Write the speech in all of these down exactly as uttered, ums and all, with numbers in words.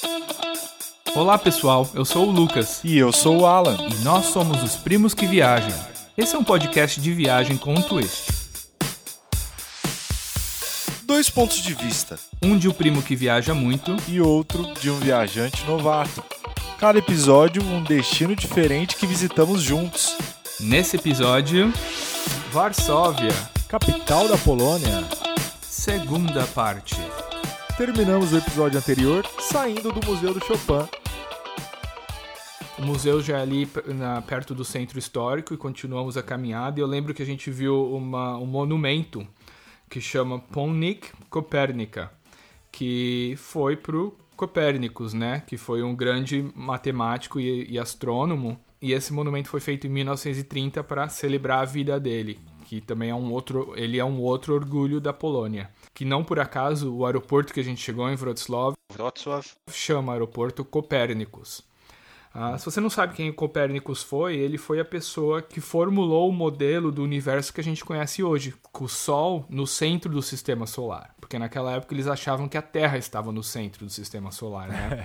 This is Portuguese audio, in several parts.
Olá pessoal, eu sou o Lucas. E eu sou o Alan. E nós somos os Primos que Viajam. Esse é um podcast de viagem com um twist. Dois pontos de vista. Um de um primo que viaja muito e outro de um viajante novato. Cada episódio um destino diferente que visitamos juntos. Nesse episódio, Varsóvia, capital da Polônia. Segunda parte. Terminamos o episódio anterior saindo do Museu do Chopin. O museu já é ali na, perto do centro histórico e continuamos a caminhada. E eu lembro que a gente viu uma, um monumento que chama Pomnik Copernica, que foi pro Copérnicos, né? Que foi um grande matemático e, e astrônomo. E esse monumento foi feito em mil novecentos e trinta para celebrar a vida dele, que também é um outro, ele é um outro orgulho da Polônia. Que não por acaso o aeroporto que a gente chegou em Wrocław, Wrocław. chama aeroporto Copérnicos. Ah, se você não sabe quem o Copérnicos foi, ele foi a pessoa que formulou o modelo do universo que a gente conhece hoje, com o Sol no centro do sistema solar. Porque naquela época eles achavam que a Terra estava no centro do sistema solar, né?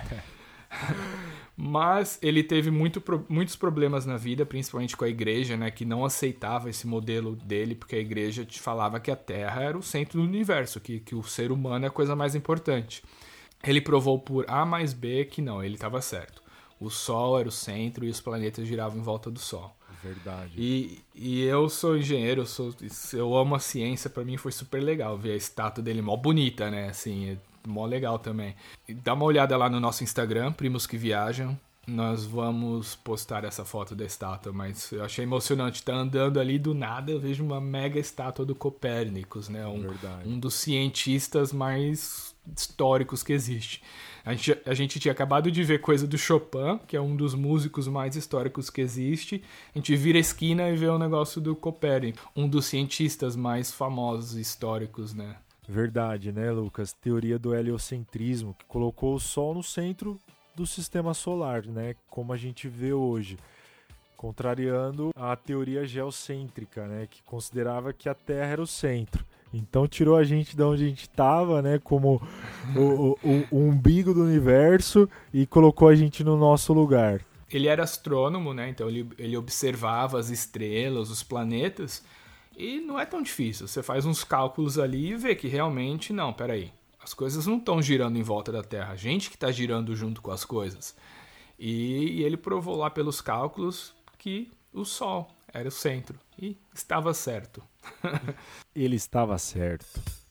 Mas ele teve muito, muitos problemas na vida, principalmente com a igreja, né, que não aceitava esse modelo dele, porque a igreja te falava que a Terra era o centro do universo, que, que o ser humano é a coisa mais importante. Ele provou por A mais B que não, ele estava certo. O Sol era o centro e os planetas giravam em volta do Sol. Verdade. E, e eu sou engenheiro, eu, sou, eu amo a ciência, pra mim foi super legal ver a estátua dele mó bonita, né? Assim, é mó legal também. E dá uma olhada lá no nosso Instagram, Primos que Viajam. Nós vamos postar essa foto da estátua, mas eu achei emocionante. Tá andando ali do nada, eu vejo uma mega estátua do Copérnicos, né? Um, um dos cientistas mais históricos que existe. A gente, a gente tinha acabado de ver coisa do Chopin, que é um dos músicos mais históricos que existe. A gente vira a esquina e vê o negócio do Copérnico, um dos cientistas mais famosos históricos, né? Verdade, né, Lucas? Teoria do heliocentrismo, que colocou o Sol no centro do sistema solar, né? Como a gente vê hoje. Contrariando a teoria geocêntrica, né? Que considerava que a Terra era o centro. Então tirou a gente de onde a gente estava, né, como o, o, o, o umbigo do universo e colocou a gente no nosso lugar. Ele era astrônomo, né, então ele, ele observava as estrelas, os planetas, e não é tão difícil. Você faz uns cálculos ali e vê que realmente, não, peraí, as coisas não estão girando em volta da Terra, a gente que está girando junto com as coisas. E, e ele provou lá pelos cálculos que o Sol era o centro. E estava certo. Ele estava certo.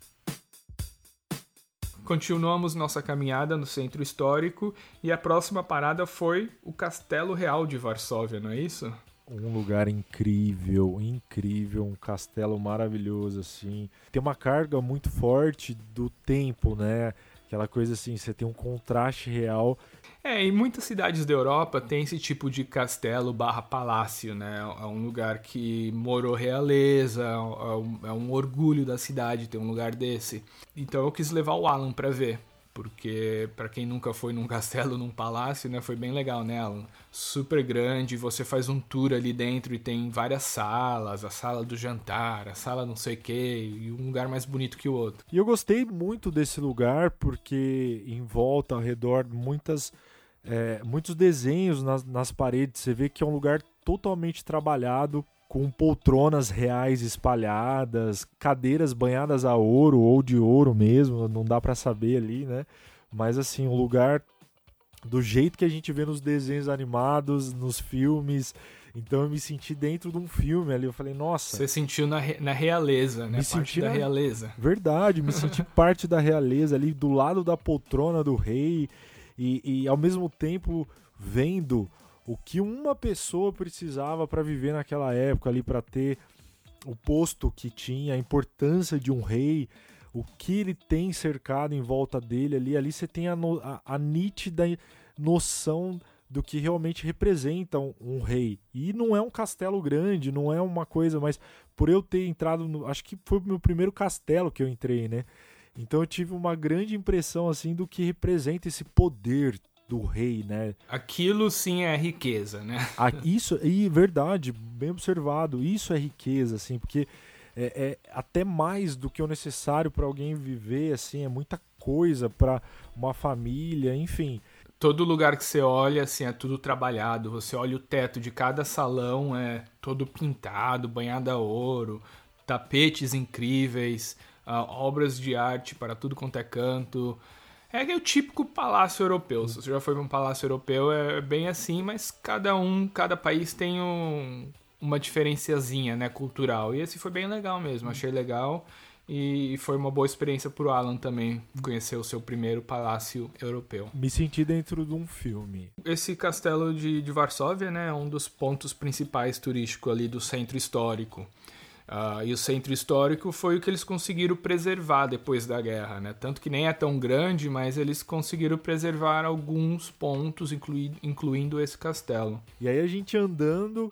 Continuamos nossa caminhada no centro histórico e a próxima parada foi o Castelo Real de Varsóvia, não é isso? Um lugar incrível, incrível, um castelo maravilhoso, assim. Tem uma carga muito forte do tempo, né? Aquela coisa assim, você tem um contraste real. É, em muitas cidades da Europa tem esse tipo de castelo barra palácio, né? É um lugar que morou realeza, é um, é um orgulho da cidade ter um lugar desse. Então eu quis levar o Alan pra ver, porque pra quem nunca foi num castelo, num palácio, né? Foi bem legal, né, Alan? Super grande, você faz um tour ali dentro e tem várias salas, a sala do jantar, a sala não sei o quê, e um lugar mais bonito que o outro. E eu gostei muito desse lugar porque em volta, ao redor, muitas... É, muitos desenhos nas, nas paredes, você vê que é um lugar totalmente trabalhado, com poltronas reais espalhadas, cadeiras banhadas a ouro ou de ouro mesmo, não dá pra saber ali, né? Mas assim, um lugar do jeito que a gente vê nos desenhos animados, nos filmes. Então eu me senti dentro de um filme ali, eu falei, nossa... Você sentiu na, re, na realeza, né? Me parte senti da na... realeza. Verdade, me senti parte da realeza ali, do lado da poltrona do rei. E, e ao mesmo tempo vendo o que uma pessoa precisava para viver naquela época ali, para ter o posto que tinha, a importância de um rei, o que ele tem cercado em volta dele ali, ali você tem a, no, a, a nítida noção do que realmente representa um, um rei. E não é um castelo grande, não é uma coisa, mas por eu ter entrado, no, acho que foi o meu primeiro castelo que eu entrei, né? Então eu tive uma grande impressão assim do que representa esse poder do rei, né? Aquilo sim é riqueza, né? Ah, isso, e verdade, bem observado, isso é riqueza, assim, porque é, é até mais do que o necessário para alguém viver, assim, é muita coisa para uma família, enfim. todo lugar que você olha, assim, é tudo trabalhado. Você olha o teto de cada salão, é todo pintado, banhado a ouro, tapetes incríveis, uh, obras de arte para tudo quanto é canto. É o típico palácio europeu. Se você já foi para um palácio europeu, é bem assim, mas cada um, cada país tem um, uma diferenciazinha, né, cultural. E esse foi bem legal mesmo, achei legal. E foi uma boa experiência pro Alan também conhecer o seu primeiro palácio europeu. Me senti dentro de um filme. Esse castelo de, de Varsóvia, né, é um dos pontos principais turísticos ali do centro histórico. Uh, e o centro histórico foi o que eles conseguiram preservar depois da guerra, né? Tanto que nem é tão grande, mas eles conseguiram preservar alguns pontos, inclui, incluindo esse castelo. E aí a gente andando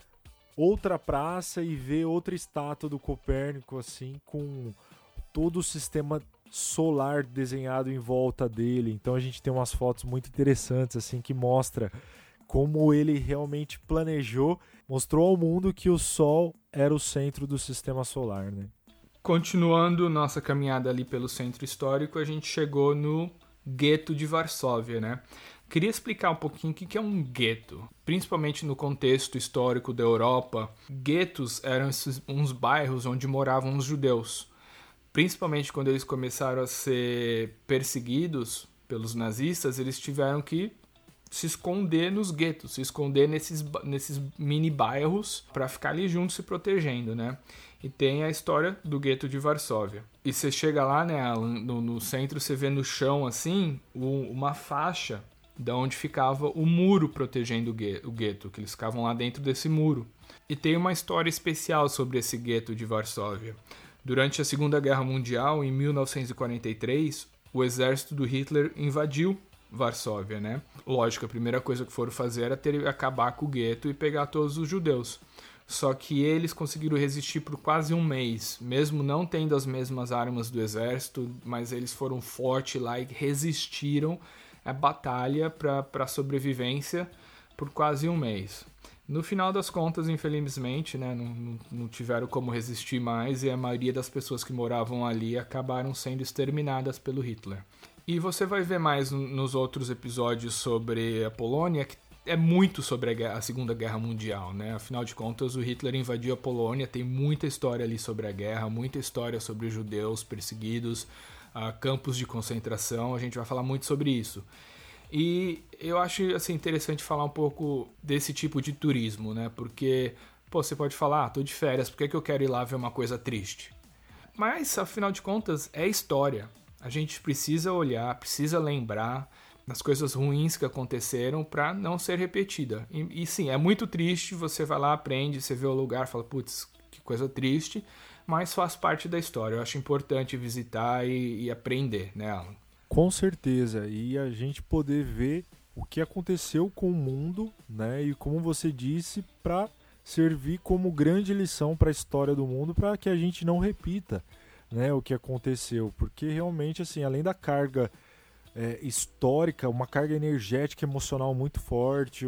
outra praça e vê outra estátua do Copérnico, assim, com todo o sistema solar desenhado em volta dele. Então a gente tem umas fotos muito interessantes, assim, que mostra como ele realmente planejou, mostrou ao mundo que o Sol era o centro do sistema solar, né? Continuando nossa caminhada ali pelo centro histórico, a gente chegou no gueto de Varsóvia, né? Queria explicar um pouquinho o que é um gueto, principalmente no contexto histórico da Europa. Guetos eram esses, uns bairros onde moravam os judeus, principalmente quando eles começaram a ser perseguidos pelos nazistas, eles tiveram que se esconder nos guetos, se esconder nesses, nesses mini bairros para ficar ali juntos se protegendo, né? E tem a história do gueto de Varsóvia. E você chega lá, né, no, no centro, você vê no chão, assim, uma faixa da onde ficava o muro protegendo o gueto, que eles ficavam lá dentro desse muro. E tem uma história especial sobre esse gueto de Varsóvia. Durante a Segunda Guerra Mundial, em mil novecentos e quarenta e três, o exército do Hitler invadiu Varsóvia, né? Lógico, a primeira coisa que foram fazer era ter, acabar com o gueto e pegar todos os judeus. Só que eles conseguiram resistir por quase um mês, mesmo não tendo as mesmas armas do exército, mas eles foram fortes lá e resistiram a batalha para a sobrevivência por quase um mês. No final das contas, infelizmente, né, não, não, não tiveram como resistir mais e a maioria das pessoas que moravam ali acabaram sendo exterminadas pelo Hitler. E você vai ver mais nos outros episódios sobre a Polônia, que é muito sobre a, guerra, a Segunda Guerra Mundial, né? Afinal de contas, o Hitler invadiu a Polônia, tem muita história ali sobre a guerra, muita história sobre os judeus perseguidos, uh, campos de concentração, a gente vai falar muito sobre isso. E eu acho assim, interessante falar um pouco desse tipo de turismo, né? Porque, pô, você pode falar, ah, tô de férias, por que, que eu quero ir lá ver uma coisa triste? Mas, afinal de contas, é história. A gente precisa olhar, precisa lembrar das coisas ruins que aconteceram para não ser repetida. E, e sim, é muito triste, você vai lá, aprende, você vê o lugar, fala, putz, que coisa triste, mas faz parte da história. Eu acho importante visitar e, e aprender, né, Alan? Com certeza, e a gente poder ver o que aconteceu com o mundo, né, e como você disse, para servir como grande lição para a história do mundo, para que a gente não repita, né, o que aconteceu, porque realmente, assim, além da carga é, histórica, uma carga energética, emocional muito forte,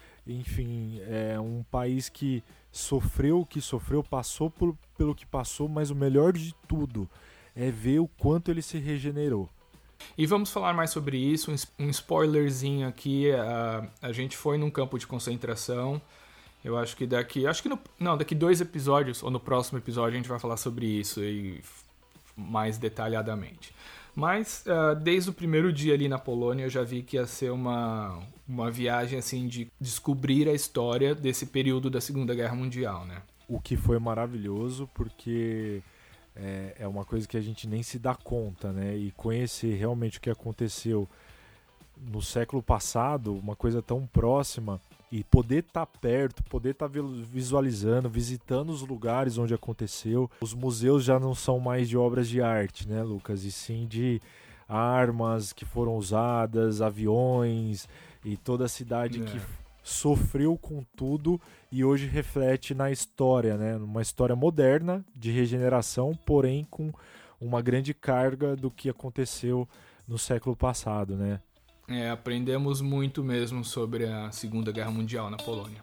enfim, é um país que sofreu o que sofreu, passou por, pelo que passou, mas o melhor de tudo é ver o quanto ele se regenerou. E vamos falar mais sobre isso, um spoilerzinho aqui, a, a gente foi num campo de concentração, eu acho que daqui, acho que no, não, daqui dois episódios, ou no próximo episódio a gente vai falar sobre isso e mais detalhadamente. Mas uh, desde o primeiro dia ali na Polônia eu já vi que ia ser uma, uma viagem assim de descobrir a história desse período da Segunda Guerra Mundial, né? O que foi maravilhoso, porque é, é uma coisa que a gente nem se dá conta, né? E conhecer realmente o que aconteceu no século passado, uma coisa tão próxima, e poder estar tá perto, poder estar tá visualizando, visitando os lugares onde aconteceu. Os museus já não são mais de obras de arte, né, Lucas? E sim de armas que foram usadas, aviões e toda a cidade é. que sofreu com tudo e hoje reflete na história, né? Uma história moderna de regeneração, porém com uma grande carga do que aconteceu no século passado, né? É, aprendemos muito mesmo sobre a Segunda Guerra Mundial na Polônia.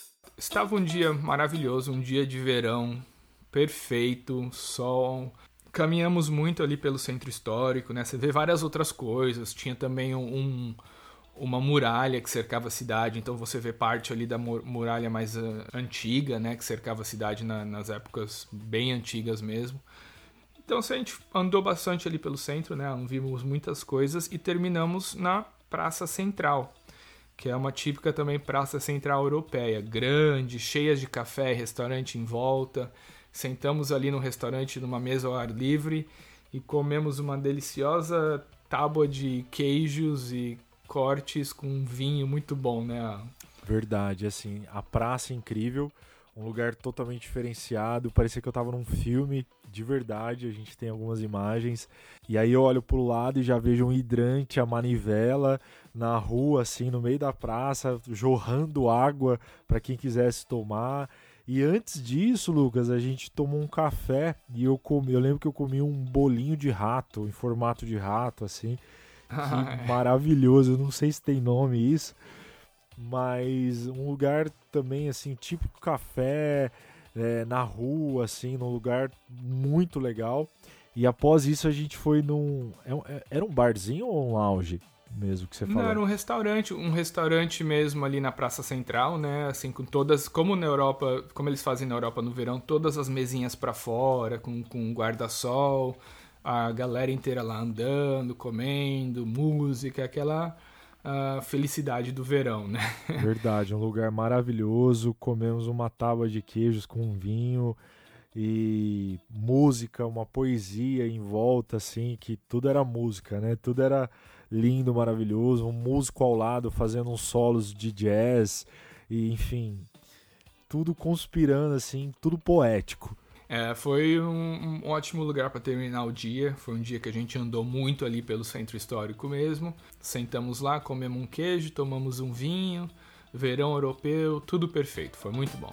Estava um dia maravilhoso, um dia de verão, perfeito, sol. caminhamos muito ali pelo centro histórico, né? Você vê várias outras coisas. Tinha também um, um, uma muralha que cercava a cidade. Então você vê parte ali da muralha mais uh, antiga, né? Que cercava a cidade na, nas épocas bem antigas mesmo. Então a gente andou bastante ali pelo centro, né? Vimos muitas coisas e terminamos na Praça Central, que é uma típica também praça central europeia. Grande, cheia de café e restaurante em volta. Sentamos ali no restaurante, numa mesa ao ar livre, e comemos uma deliciosa tábua de queijos e cortes com vinho muito bom, né? Verdade, assim, a praça é incrível, um lugar totalmente diferenciado, parecia que eu tava num filme de verdade, a gente tem algumas imagens, e aí eu olho pro lado e já vejo um hidrante, a manivela, na rua, assim, no meio da praça, jorrando água para quem quisesse tomar. E antes disso, Lucas, a gente tomou um café e eu comi, eu lembro que eu comi um bolinho de rato, em formato de rato, assim, que maravilhoso. Eu não sei se tem nome isso, mas um lugar também, assim, típico café, é, na rua, assim, num lugar muito legal. E após isso a gente foi num... Era um barzinho ou um lounge? Mesmo que você falou. Não, era um restaurante, um restaurante mesmo ali na Praça Central, né? Assim, com todas, como na Europa, como eles fazem na Europa no verão, todas as mesinhas para fora, com, com guarda-sol, a galera inteira lá andando, comendo, música, aquela uh, felicidade do verão, né? Verdade, um lugar maravilhoso. Comemos uma tábua de queijos com vinho e música, uma poesia em volta, assim, que tudo era música, né? Tudo era lindo, maravilhoso, um músico ao lado fazendo uns solos de jazz, e enfim, tudo conspirando, assim, tudo poético. É, foi um, um ótimo lugar para terminar o dia. Foi um dia que a gente andou muito ali pelo centro histórico mesmo. Sentamos lá, comemos um queijo, tomamos um vinho, verão europeu, tudo perfeito, foi muito bom.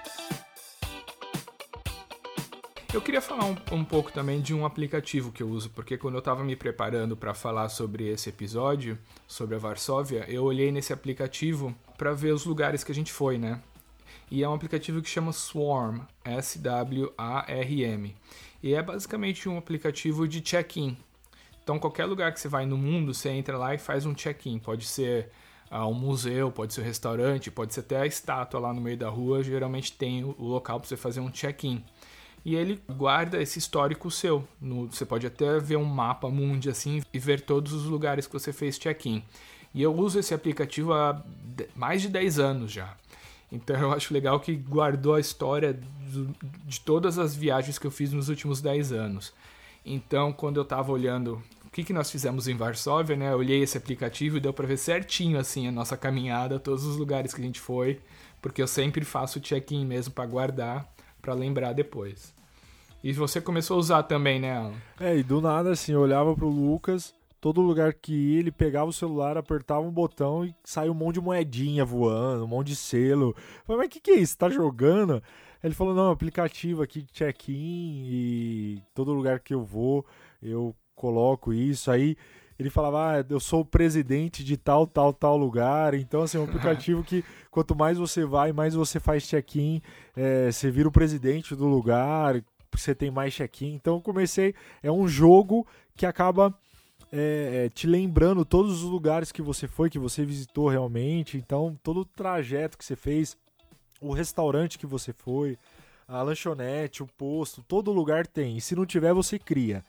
Eu queria falar um, um pouco também de um aplicativo que eu uso, porque quando eu estava me preparando para falar sobre esse episódio, sobre a Varsóvia, eu olhei nesse aplicativo para ver os lugares que a gente foi, né? E é um aplicativo que chama Swarm, S W A R M. E é basicamente um aplicativo de check-in. Então, qualquer lugar que você vai no mundo, você entra lá e faz um check-in. Pode ser uh, um museu, pode ser um restaurante, pode ser até a estátua lá no meio da rua. Geralmente tem o local para você fazer um check-in. E ele guarda esse histórico seu. No, você pode até ver um mapa mundi assim e ver todos os lugares que você fez check-in. E eu uso esse aplicativo há mais de dez anos já. Então eu acho legal que guardou a história do, de todas as viagens que eu fiz nos últimos dez anos. Então quando eu estava olhando o que, que nós fizemos em Varsóvia, né, eu olhei esse aplicativo e deu para ver certinho assim, a nossa caminhada, todos os lugares que a gente foi. Porque eu sempre faço check-in mesmo para guardar, para lembrar depois. E você começou a usar também, né, Alan? É, e do nada, assim, eu olhava pro Lucas, todo lugar que ia, ele pegava o celular, apertava um botão e saiu um monte de moedinha voando, um monte de selo. Eu falei, mas o que, que é isso? Tá jogando? Ele falou, não, aplicativo aqui de check-in e todo lugar que eu vou, eu coloco isso. Aí ele falava, ah, eu sou o presidente de tal, tal, tal lugar. Então, assim, é um aplicativo que quanto mais você vai, mais você faz check-in, é, você vira o presidente do lugar, você tem mais check-in. Então, eu comecei... É um jogo que acaba é, te lembrando todos os lugares que você foi, que você visitou realmente. Então, todo o trajeto que você fez, o restaurante que você foi, a lanchonete, o posto, todo lugar tem. E se não tiver, você cria.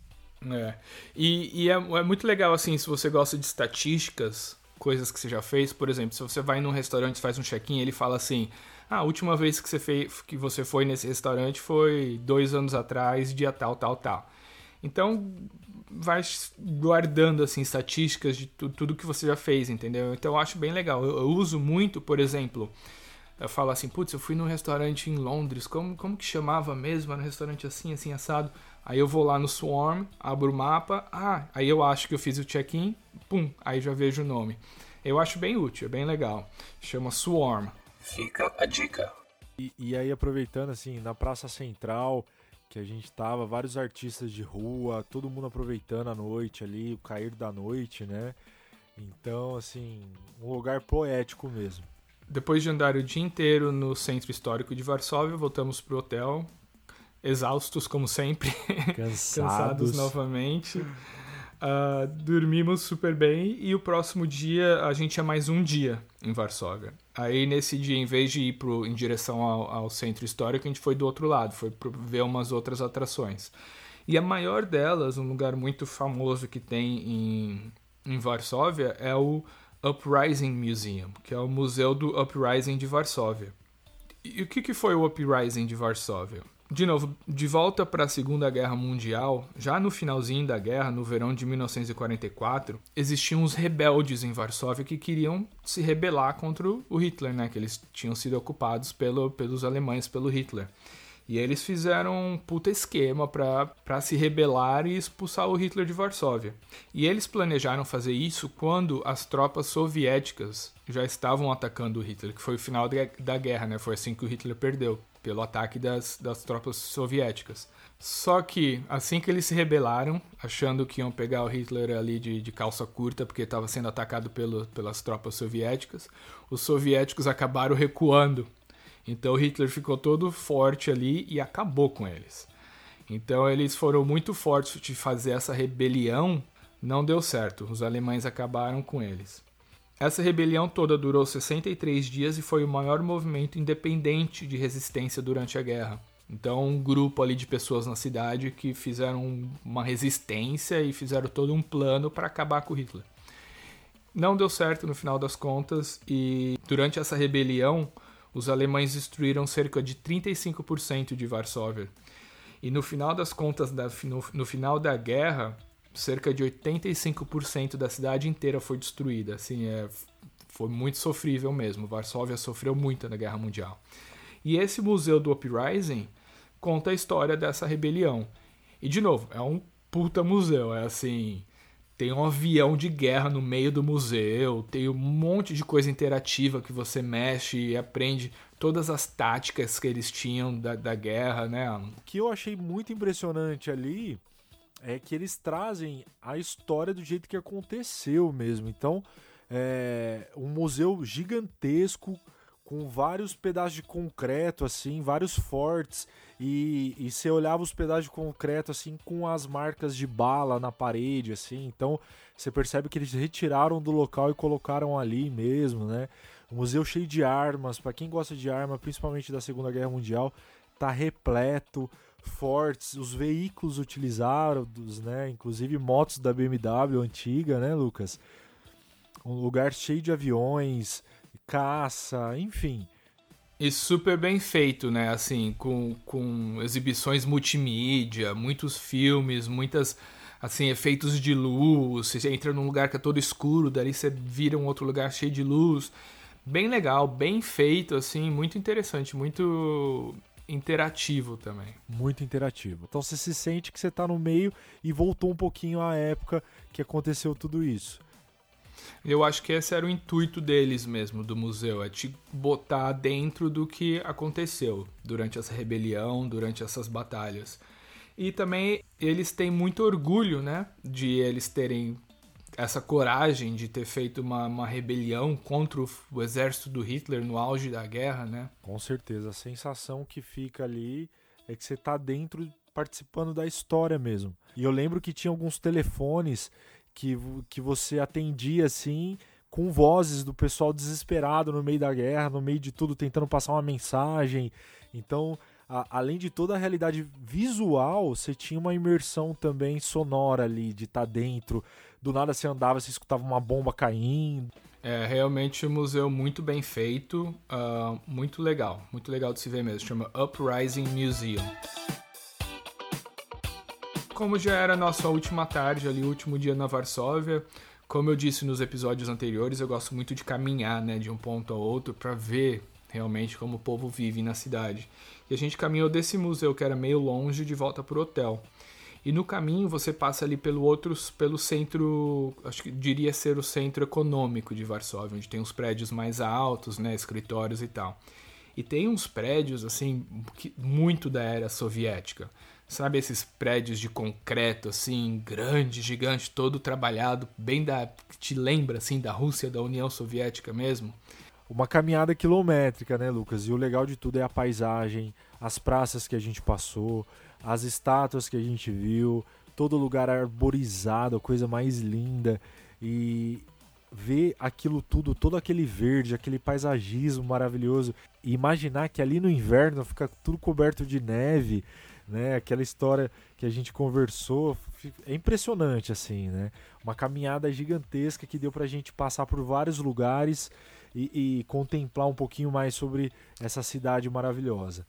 É, e, e é, é muito legal, assim, se você gosta de estatísticas, coisas que você já fez, por exemplo, se você vai num restaurante e faz um check-in, ele fala assim, ah, a última vez que você, fez, que você foi nesse restaurante foi dois anos atrás, dia tal, tal, tal. Então, vai guardando, assim, estatísticas de tu, tudo que você já fez, entendeu? Então, eu acho bem legal. Eu, eu uso muito, por exemplo, eu falo assim, putz, eu fui num restaurante em Londres, como, como que chamava mesmo? Era um restaurante assim, assim, assado. Aí eu vou lá no Swarm, abro o mapa, ah, aí eu acho que eu fiz o check-in, pum, aí já vejo o nome. Eu acho bem útil, é bem legal. Chama Swarm. Fica a dica. E, e aí, aproveitando, assim, na Praça Central, que a gente tava, vários artistas de rua, todo mundo aproveitando a noite ali, o cair da noite, né? Então, assim, um lugar poético mesmo. Depois de andar o dia inteiro no centro histórico de Varsóvia, voltamos pro hotel, exaustos como sempre, Cansados, cansados novamente. Uh, dormimos super bem e o próximo dia a gente tinha mais um dia em Varsóvia. Aí nesse dia, em vez de ir pro, em direção ao, ao centro histórico, a gente foi do outro lado, foi pro, ver umas outras atrações. E a maior delas, um lugar muito famoso que tem em, em Varsóvia, é o Uprising Museum, que é o museu do Uprising de Varsóvia. E o que, que foi o Uprising de Varsóvia? De novo, de volta para a Segunda Guerra Mundial, já no finalzinho da guerra, no verão de mil novecentos e quarenta e quatro, existiam uns rebeldes em Varsóvia que queriam se rebelar contra o Hitler, né? Que eles tinham sido ocupados pelo, pelos alemães, pelo Hitler. E eles fizeram um puta esquema para se rebelar e expulsar o Hitler de Varsóvia. E eles planejaram fazer isso quando as tropas soviéticas já estavam atacando o Hitler, que foi o final da guerra, né? Foi assim que o Hitler perdeu, pelo ataque das, das tropas soviéticas. Só que, assim que eles se rebelaram, achando que iam pegar o Hitler ali de, de calça curta, porque estava sendo atacado pelo, pelas tropas soviéticas, os soviéticos acabaram recuando. Então o Hitler ficou todo forte ali e acabou com eles. Então eles foram muito fortes de fazer essa rebelião, não deu certo, os alemães acabaram com eles. Essa rebelião toda durou sessenta e três dias e foi o maior movimento independente de resistência durante a guerra. Então, um grupo ali de pessoas na cidade que fizeram uma resistência e fizeram todo um plano para acabar com Hitler. Não deu certo no final das contas e durante essa rebelião, os alemães destruíram cerca de trinta e cinco por cento de Varsóvia. E no final das contas, no, no final da guerra, cerca de oitenta e cinco por cento da cidade inteira foi destruída. Assim, é, foi muito sofrível mesmo. Varsóvia sofreu muito na Guerra Mundial. E esse museu do Uprising conta a história dessa rebelião. E, de novo, é um puta museu. É assim, tem um avião de guerra no meio do museu, tem um monte de coisa interativa que você mexe e aprende todas as táticas que eles tinham da, da guerra, né? O que eu achei muito impressionante ali é que eles trazem a história do jeito que aconteceu mesmo. Então, é um museu gigantesco, com vários pedaços de concreto, assim, vários fortes, e, e você olhava os pedaços de concreto, assim, com as marcas de bala na parede, assim. Então, você percebe que eles retiraram do local e colocaram ali mesmo, né? O museu cheio de armas, para quem gosta de arma, principalmente da Segunda Guerra Mundial, tá repleto. Fortes, os veículos utilizados, né? Inclusive motos da B M W antiga, né, Lucas? Um lugar cheio de aviões, caça, enfim. E super bem feito, né? Assim, com, com exibições multimídia, muitos filmes, muitas, assim, efeitos de luz. Você entra num lugar que é todo escuro, dali você vira um outro lugar cheio de luz. Bem legal, bem feito, assim, muito interessante, muito interativo também. Muito interativo. Então você se sente que você está no meio e voltou um pouquinho à época que aconteceu tudo isso. Eu acho que esse era o intuito deles mesmo, do museu, é te botar dentro do que aconteceu durante essa rebelião, durante essas batalhas. E também eles têm muito orgulho, né, de eles terem essa coragem de ter feito uma, uma rebelião contra o, o exército do Hitler no auge da guerra, né? Com certeza, a sensação que fica ali é que você está dentro, participando da história mesmo. E eu lembro que tinha alguns telefones que, que você atendia assim, com vozes do pessoal desesperado no meio da guerra, no meio de tudo, tentando passar uma mensagem. Então, a, além de toda a realidade visual, você tinha uma imersão também sonora ali, de estar tá dentro. Do nada você andava, você escutava uma bomba caindo. É realmente um museu muito bem feito, uh, muito legal, muito legal de se ver mesmo. Chama Uprising Museum. Como já era a nossa última tarde ali, o último dia na Varsóvia, como eu disse nos episódios anteriores, eu gosto muito de caminhar, né, de um ponto ao outro para ver realmente como o povo vive na cidade. E a gente caminhou desse museu que era meio longe de volta pro hotel. E no caminho você passa ali pelo outro, pelo centro, acho que diria ser o centro econômico de Varsóvia, onde tem uns prédios mais altos, né, escritórios e tal. E tem uns prédios, assim, que, muito da era soviética. Sabe esses prédios de concreto, assim, grande, gigante, todo trabalhado, bem da... que te lembra, assim, da Rússia, da União Soviética mesmo? uma caminhada quilométrica, né, Lucas? E o legal de tudo é a paisagem, as praças que a gente passou, as estátuas que a gente viu, todo lugar arborizado, a coisa mais linda. E ver aquilo tudo, todo aquele verde, aquele paisagismo maravilhoso. E imaginar que ali no inverno fica tudo coberto de neve, né? Aquela história que a gente conversou, é impressionante, assim, né? Uma caminhada gigantesca que deu pra gente passar por vários lugares e, e contemplar um pouquinho mais sobre essa cidade maravilhosa.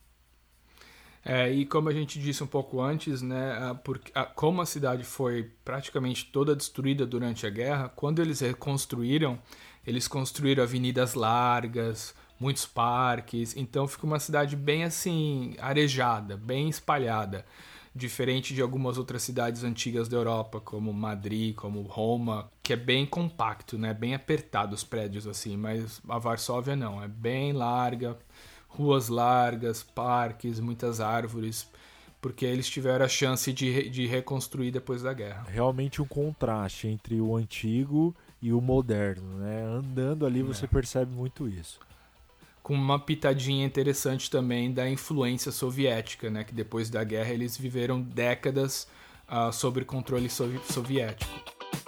É, e como a gente disse um pouco antes, né, a, por, a, como a cidade foi praticamente toda destruída durante a guerra, quando eles reconstruíram, eles construíram avenidas largas, muitos parques, então fica uma cidade bem assim, arejada, bem espalhada, diferente de algumas outras cidades antigas da Europa, como Madrid, como Roma, que é bem compacto, né, bem apertado os prédios assim, mas a Varsóvia não, é bem larga, ruas largas, parques, muitas árvores, porque eles tiveram a chance de, de reconstruir depois da guerra. Realmente um contraste entre o antigo e o moderno, né? Andando ali você é. percebe muito isso. Com uma pitadinha interessante também da influência soviética, né? Que depois da guerra eles viveram décadas uh, sob controle sovi- soviético.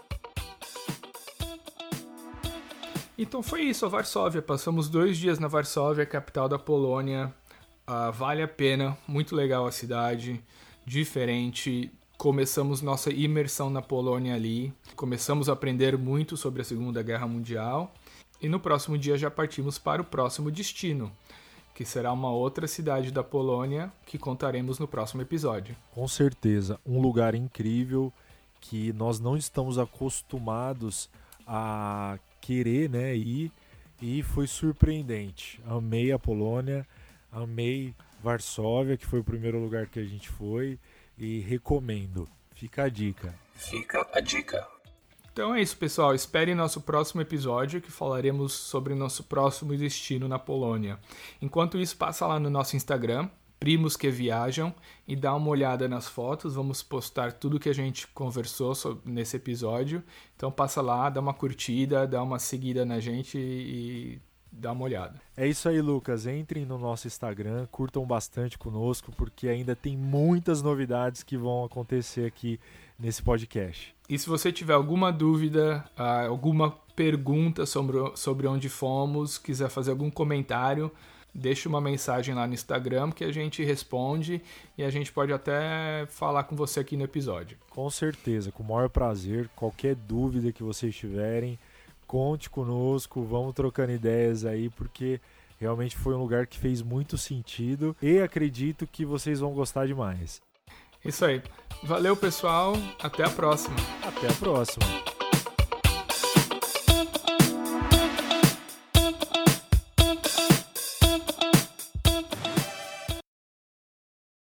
Então foi isso, a Varsóvia. Passamos dois dias na Varsóvia, capital da Polônia. Uh, vale a pena, muito legal a cidade, diferente. Começamos nossa imersão na Polônia ali. Começamos a aprender muito sobre a Segunda Guerra Mundial. E no próximo dia já partimos para o próximo destino, que será uma outra cidade da Polônia que contaremos no próximo episódio. Com certeza, um lugar incrível que nós não estamos acostumados a querer, né, ir, e foi surpreendente. Amei a Polônia, amei Varsóvia, que foi o primeiro lugar que a gente foi, e recomendo. Fica a dica. Fica a dica. Então é isso, pessoal. Esperem nosso próximo episódio, que falaremos sobre nosso próximo destino na Polônia. Enquanto isso, passa lá no nosso Instagram, Primos que Viajam, e dá uma olhada nas fotos. Vamos postar tudo que a gente conversou sobre, nesse episódio. Então passa lá, dá uma curtida, dá uma seguida na gente e dá uma olhada. É isso aí, Lucas. Entrem no nosso Instagram, curtam bastante conosco, porque ainda tem muitas novidades que vão acontecer aqui nesse podcast. E se você tiver alguma dúvida, alguma pergunta sobre, sobre onde fomos, quiser fazer algum comentário, deixa uma mensagem lá no Instagram que a gente responde e a gente pode até falar com você aqui no episódio. Com certeza, com o maior prazer. Qualquer dúvida que vocês tiverem, conte conosco, vamos trocando ideias aí, porque realmente foi um lugar que fez muito sentido e acredito que vocês vão gostar demais. Isso aí. Valeu, pessoal. Até a próxima. Até a próxima.